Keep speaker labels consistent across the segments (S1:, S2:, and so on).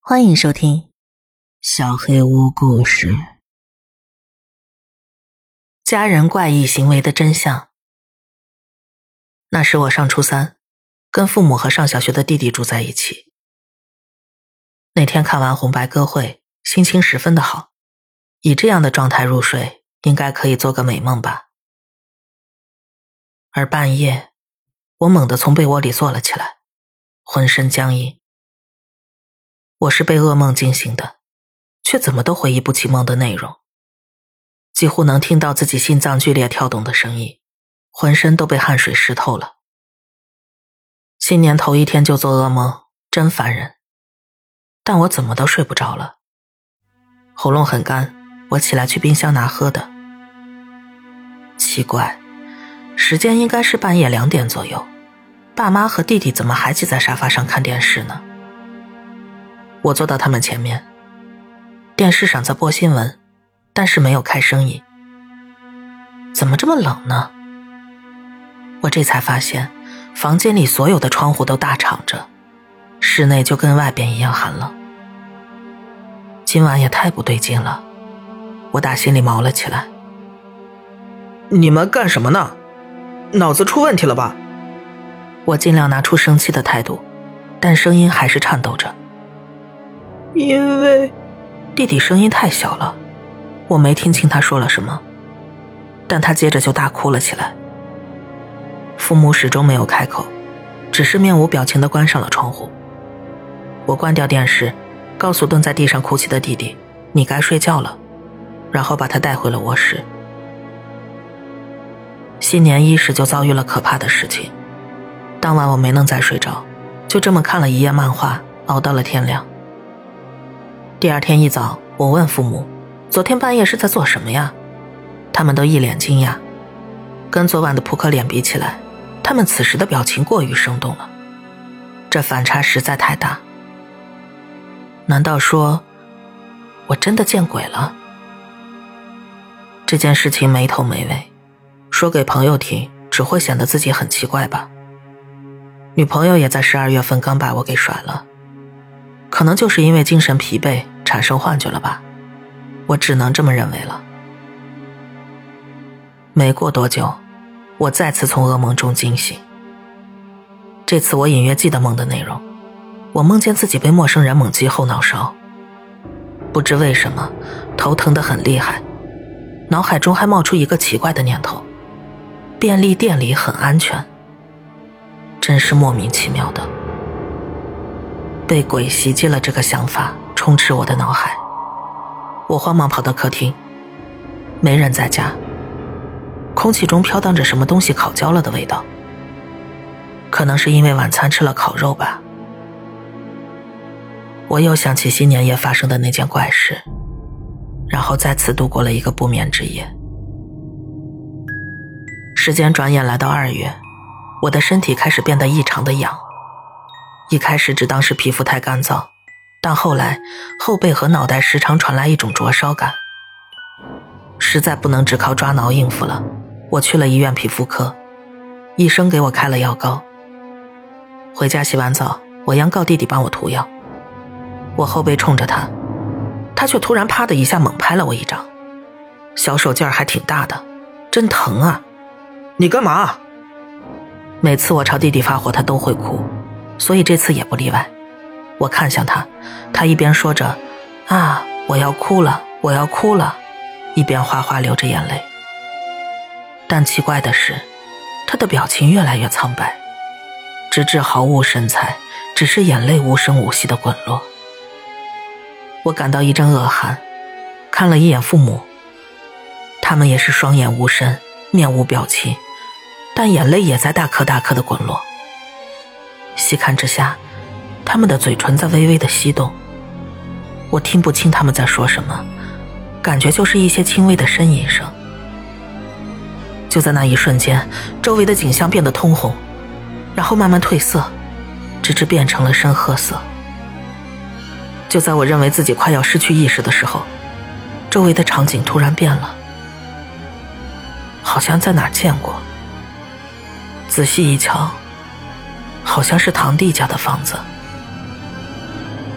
S1: 欢迎收听小黑屋故事。家人怪异行为的真相。那时我上初三，跟父母和上小学的弟弟住在一起。那天看完红白歌会，心情十分的好，以这样的状态入睡，应该可以做个美梦吧。而半夜，我猛地从被窝里坐了起来，浑身僵硬。我是被噩梦惊醒的，却怎么都回忆不起梦的内容，几乎能听到自己心脏剧烈跳动的声音，浑身都被汗水湿透了。新年头一天就做噩梦，真烦人。但我怎么都睡不着了，喉咙很干，我起来去冰箱拿喝的。奇怪，时间应该是半夜2点左右，爸妈和弟弟怎么还挤在沙发上看电视呢？我坐到他们前面，电视上在播新闻，但是没有开声音。怎么这么冷呢？我这才发现，房间里所有的窗户都大敞着，室内就跟外边一样寒冷。今晚也太不对劲了，我打心里毛了起来。
S2: 你们干什么呢？脑子出问题了吧？
S1: 我尽量拿出生气的态度，但声音还是颤抖着。
S2: 因为
S1: 弟弟声音太小了，我没听清他说了什么，但他接着就大哭了起来。父母始终没有开口，只是面无表情地关上了窗户。我关掉电视，告诉蹲在地上哭泣的弟弟，你该睡觉了，然后把他带回了卧室。新年伊始就遭遇了可怕的事情，当晚我没能再睡着，就这么看了一夜漫画，熬到了天亮。第二天一早，我问父母，昨天半夜是在做什么呀？他们都一脸惊讶，跟昨晚的扑克脸比起来，他们此时的表情过于生动了，这反差实在太大。难道说我真的见鬼了？这件事情没头没尾，说给朋友听只会显得自己很奇怪吧。女朋友也在12月份刚把我给甩了，可能就是因为精神疲惫产生幻觉了吧，我只能这么认为了。没过多久，我再次从噩梦中惊醒。这次我隐约记得梦的内容，我梦见自己被陌生人猛击后脑勺，不知为什么头疼得很厉害，脑海中还冒出一个奇怪的念头，便利店里很安全，真是莫名其妙的。被鬼袭击了这个想法充斥我的脑海，我慌忙跑到客厅，没人在家，空气中飘荡着什么东西烤焦了的味道，可能是因为晚餐吃了烤肉吧。我又想起新年夜发生的那件怪事，然后再次度过了一个不眠之夜。时间转眼来到2月，我的身体开始变得异常的痒，一开始只当是皮肤太干燥，但后来后背和脑袋时常传来一种灼烧感，实在不能只靠抓挠应付了，我去了医院皮肤科，医生给我开了药膏。回家洗完澡，我央告弟弟帮我涂药，我后背冲着他，他却突然啪的一下猛拍了我一掌，小手劲儿还挺大的，真疼啊！
S2: 你干嘛？
S1: 每次我朝弟弟发火，他都会哭，所以这次也不例外。我看向他，他一边说着啊，我要哭了，我要哭了，一边哗哗流着眼泪。但奇怪的是，他的表情越来越苍白，直至毫无神采，只是眼泪无声无息地滚落。我感到一阵恶寒，看了一眼父母，他们也是双眼无神，面无表情，但眼泪也在大颗大颗地滚落。细看之下，他们的嘴唇在微微的翕动，我听不清他们在说什么，感觉就是一些轻微的呻吟声。就在那一瞬间，周围的景象变得通红，然后慢慢褪色，直至变成了深褐色。就在我认为自己快要失去意识的时候，周围的场景突然变了，好像在哪儿见过。仔细一瞧，好像是堂弟家的房子。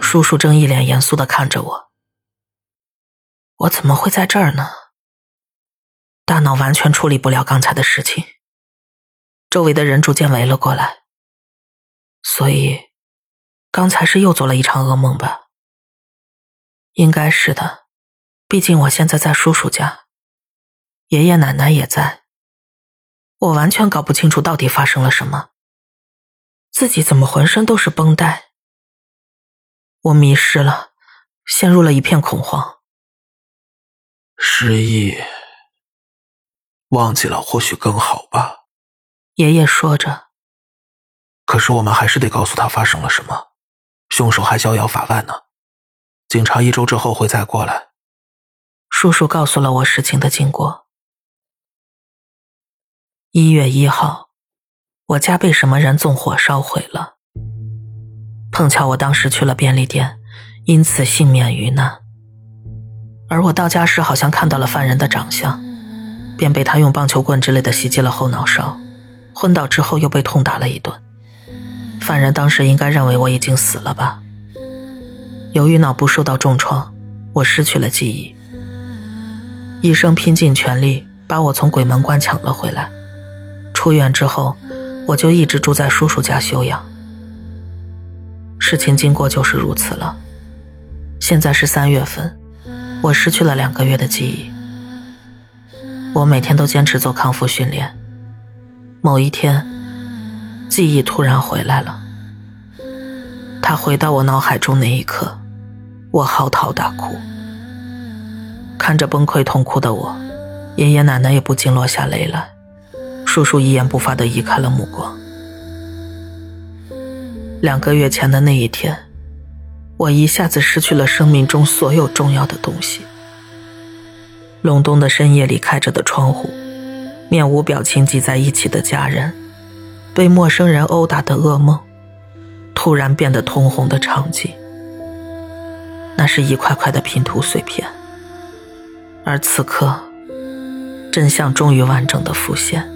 S1: 叔叔正一脸严肃地看着我。我怎么会在这儿呢？大脑完全处理不了刚才的事情，周围的人逐渐围了过来。所以，刚才是又做了一场噩梦吧？应该是的，毕竟我现在在叔叔家，爷爷奶奶也在。我完全搞不清楚到底发生了什么，自己怎么浑身都是绷带？我迷失了，陷入了一片恐慌。
S3: 失忆，忘记了或许更好吧。
S1: 爷爷说着。
S3: 可是我们还是得告诉他发生了什么，凶手还逍遥法外呢。警察1周之后会再过来。
S1: 叔叔告诉了我事情的经过。1月1号，我家被什么人纵火烧毁了。碰巧我当时去了便利店，因此幸免于难。而我到家时好像看到了犯人的长相，便被他用棒球棍之类的袭击了后脑勺，昏倒之后又被痛打了一顿。犯人当时应该认为我已经死了吧。由于脑部受到重创，我失去了记忆。医生拼尽全力把我从鬼门关抢了回来。出院之后，我就一直住在叔叔家休养。事情经过就是如此了。现在是3月份，我失去了2个月的记忆。我每天都坚持做康复训练。某一天，记忆突然回来了。它回到我脑海中那一刻，我嚎啕大哭。看着崩溃痛哭的我，爷爷奶奶也不禁落下泪来。叔叔一言不发地移开了目光。2个月前的那一天，我一下子失去了生命中所有重要的东西。隆冬的深夜里开着的窗户，面无表情挤在一起的家人，被陌生人殴打的噩梦，突然变得通红的场景，那是一块块的拼图碎片。而此刻，真相终于完整的浮现。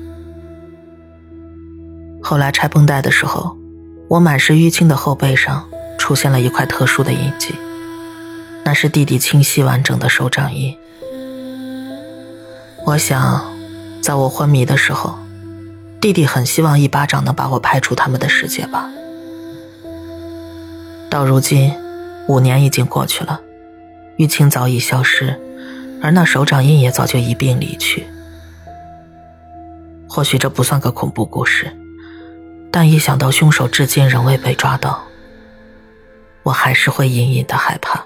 S1: 后来拆绷带的时候，我满是淤青的后背上出现了一块特殊的印记，那是弟弟清晰完整的手掌印。我想，在我昏迷的时候，弟弟很希望一巴掌能把我拍出他们的世界吧。到如今5年已经过去了，淤青早已消失，而那手掌印也早就一并离去。或许这不算个恐怖故事，但一想到凶手至今仍未被抓到，我还是会隐隐的害怕。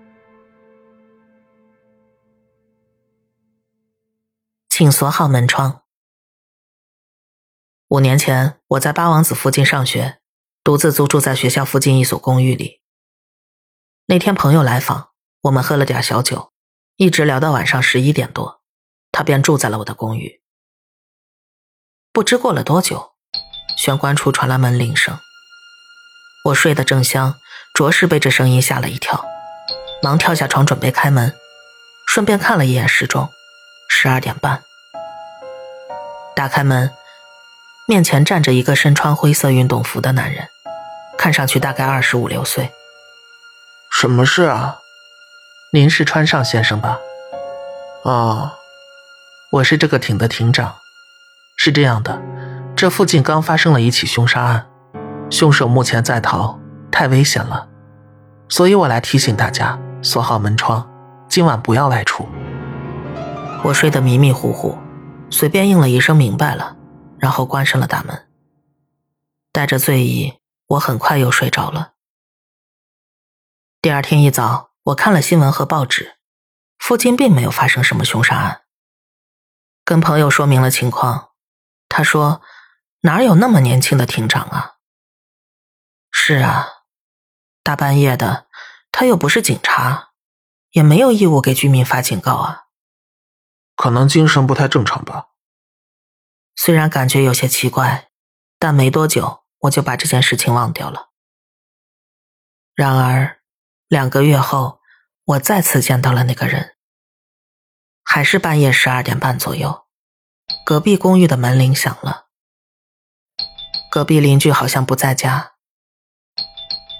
S1: 请锁好门窗。5年前，我在八王子附近上学，独自租住在学校附近一所公寓里。那天朋友来访，我们喝了点小酒，一直聊到晚上11点多，他便住在了我的公寓。不知过了多久，玄关处传来门铃声。我睡得正香，着实被这声音吓了一跳，忙跳下床准备开门，顺便看了一眼时钟，12点半。打开门，面前站着一个身穿灰色运动服的男人，看上去大概25、6岁。
S3: 什么事啊？
S1: 您是川上先生吧？
S3: 啊，
S1: 我是这个艇的艇长。是这样的，这附近刚发生了一起凶杀案，凶手目前在逃，太危险了，所以我来提醒大家锁好门窗，今晚不要外出。我睡得迷迷糊糊，随便应了一声明白了，然后关上了大门。带着醉意，我很快又睡着了。第二天一早，我看了新闻和报纸，附近并没有发生什么凶杀案。跟朋友说明了情况，他说哪有那么年轻的艇长啊？是啊，大半夜的，他又不是警察，也没有义务给居民发警告啊。
S3: 可能精神不太正常吧。
S1: 虽然感觉有些奇怪，但没多久我就把这件事情忘掉了。然而2个月后，我再次见到了那个人，还是半夜12点半左右，隔壁公寓的门铃响了。隔壁邻居好像不在家。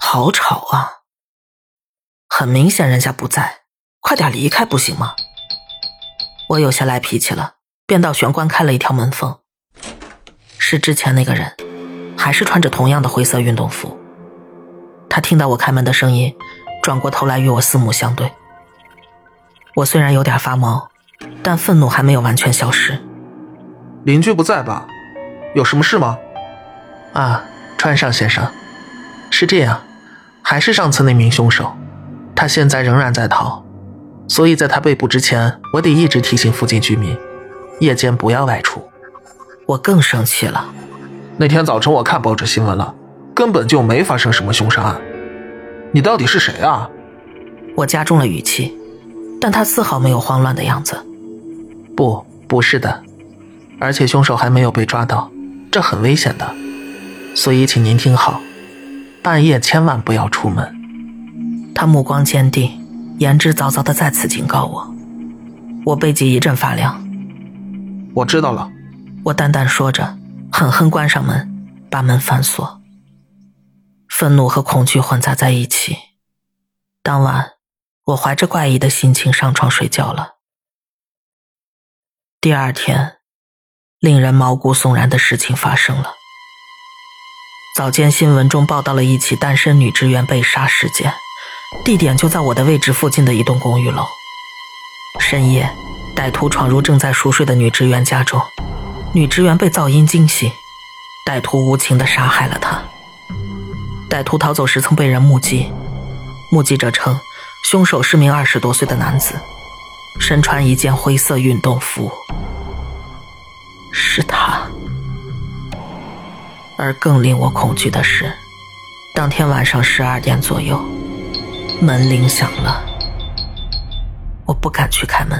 S1: 好吵啊！很明显人家不在，快点离开不行吗？我有些来脾气了，便到玄关开了一条门缝。是之前那个人，还是穿着同样的灰色运动服。他听到我开门的声音，转过头来与我四目相对。我虽然有点发毛，但愤怒还没有完全消失。
S3: 邻居不在吧？有什么事吗？
S2: 啊，川上先生，是这样，还是上次那名凶手，他现在仍然在逃，所以在他被捕之前，我得一直提醒附近居民，夜间不要外出。
S1: 我更生气了。
S3: 那天早晨我看报纸新闻了，根本就没发生什么凶杀案。你到底是谁啊？
S1: 我加重了语气，但他丝毫没有慌乱的样子。
S2: 不是的，而且凶手还没有被抓到，这很危险的，所以请您听好，半夜千万不要出门。
S1: 他目光坚定，言之凿凿地再次警告我。我背脊一阵发凉。
S3: 我知道了，
S1: 我淡淡说着，狠狠关上门，把门反锁。愤怒和恐惧混杂在一起。当晚，我怀着怪异的心情上床睡觉了。第二天，令人毛骨悚然的事情发生了。早间新闻中报道了一起单身女职员被杀事件，地点就在我的位置附近的一栋公寓楼。深夜，歹徒闯入正在熟睡的女职员家中，女职员被噪音惊醒，歹徒无情地杀害了她。歹徒逃走时曾被人目击，目击者称凶手是名20多岁的男子，身穿一件灰色运动服。是他。而更令我恐惧的是，当天晚上12点左右，门铃响了。我不敢去开门，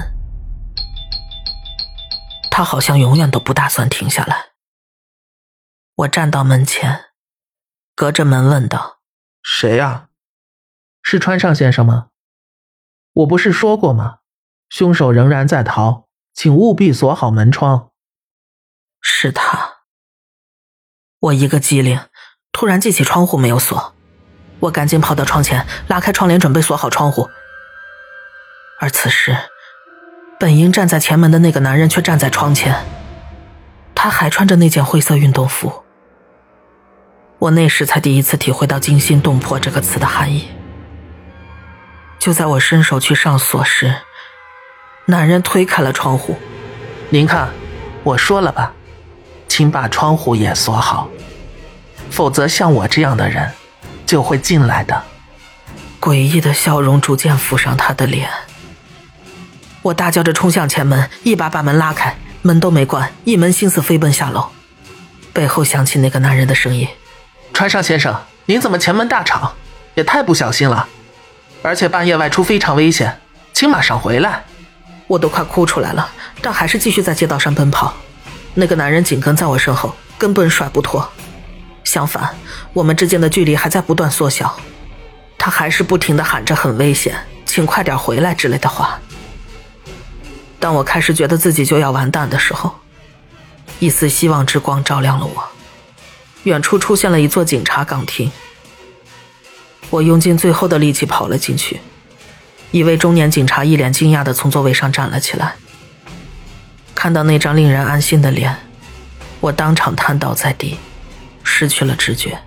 S1: 他好像永远都不打算停下来。我站到门前，隔着门问道：
S2: 谁呀？是川上先生吗？我不是说过吗？凶手仍然在逃，请务必锁好门窗。
S1: 是他。我一个机灵，突然记起窗户没有锁，我赶紧跑到窗前，拉开窗帘准备锁好窗户。而此时，本应站在前门的那个男人却站在窗前，他还穿着那件灰色运动服。我那时才第一次体会到惊心动魄这个词的含义。就在我伸手去上锁时，男人推开了窗户。
S2: 您看，我说了吧，请把窗户也锁好，否则像我这样的人就会进来的。
S1: 诡异的笑容逐渐浮上他的脸。我大叫着冲向前门，一把把门拉开，门都没关，一门心思飞奔下楼。背后响起那个男人的声音：
S2: 川上先生，您怎么前门大敞？也太不小心了，而且半夜外出非常危险，请马上回来。
S1: 我都快哭出来了，但还是继续在街道上奔跑。那个男人紧跟在我身后，根本甩不脱。相反，我们之间的距离还在不断缩小。他还是不停地喊着很危险，请快点回来之类的话。当我开始觉得自己就要完蛋的时候，一丝希望之光照亮了我。远处出现了一座警察岗亭，我用尽最后的力气跑了进去。一位中年警察一脸惊讶地从座位上站了起来。看到那张令人安心的脸，我当场瘫倒在地，失去了知觉。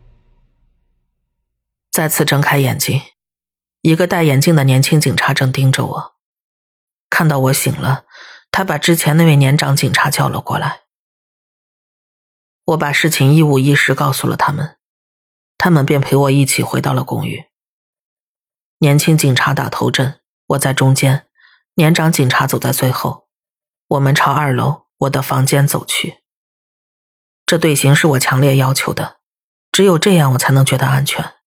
S1: 再次睁开眼睛，一个戴眼镜的年轻警察正盯着我。看到我醒了，他把之前那位年长警察叫了过来。我把事情一五一十告诉了他们，他们便陪我一起回到了公寓。年轻警察打头阵，我在中间，年长警察走在最后。我们朝2楼我的房间走去。这队形是我强烈要求的，只有这样我才能觉得安全。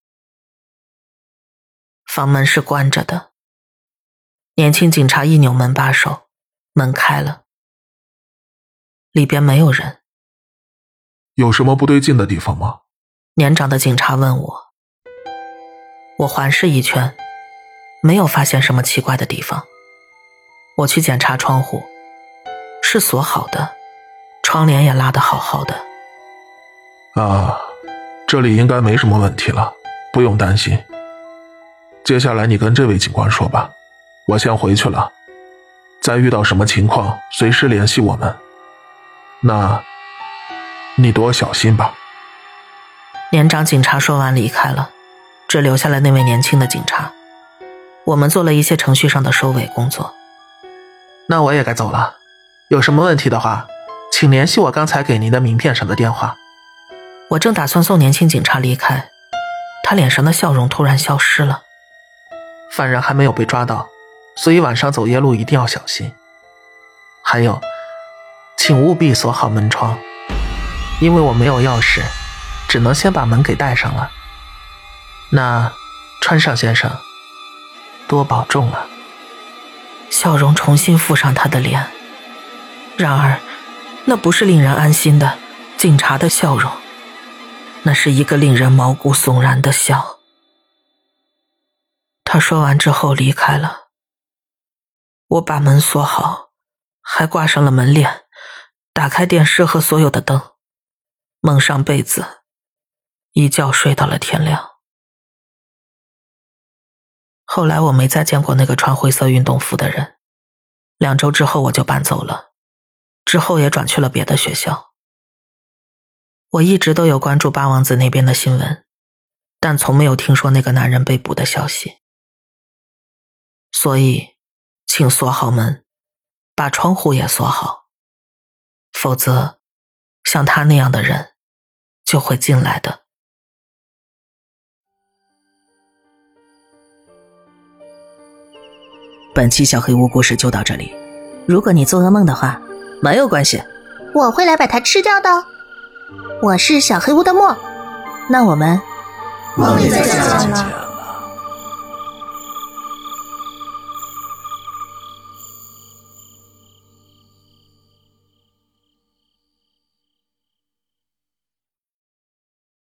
S1: 房门是关着的，年轻警察一扭门把手，门开了，里边没有人。
S3: 有什么不对劲的地方吗？
S1: 年长的警察问我。我环视一圈，没有发现什么奇怪的地方。我去检查窗户，是锁好的，窗帘也拉得好好的。
S3: 啊，这里应该没什么问题了。 不用担心。接下来你跟这位警官说吧，我先回去了。再遇到什么情况，随时联系我们。那，你多小心吧。
S1: 年长警察说完离开了，只留下了那位年轻的警察。我们做了一些程序上的收尾工作。
S2: 那我也该走了，有什么问题的话，请联系我刚才给您的名片上的电话。我正打算送年轻警察离开，他脸上的笑容突然消失了。犯人还没有被抓到，所以晚上走夜路一定要小心。还有，请务必锁好门窗，因为我没有钥匙，只能先把门给带上了。那，川上先生，多保重了。笑容重新附上他的脸，然而，那不是令人安心的警察的笑容，那是一个令人毛骨悚然的笑。他说完之后离开了，我把门锁好，还挂上了门帘，打开电视和所有的灯，蒙上被子，一觉睡到了天亮。后来我没再见过那个穿灰色运动服的人，2周之后我就搬走了，之后也转去了别的学校。我一直都有关注八王子那边的新闻，但从没有听说那个男人被捕的消息。所以，请锁好门，把窗户也锁好，否则，像他那样的人就会进来的。
S4: 本期小黑屋故事就到这里，如果你做噩梦的话，没有关系，
S5: 我会来把它吃掉的。我是小黑屋的墨，
S4: 那我们
S5: 梦里再见了。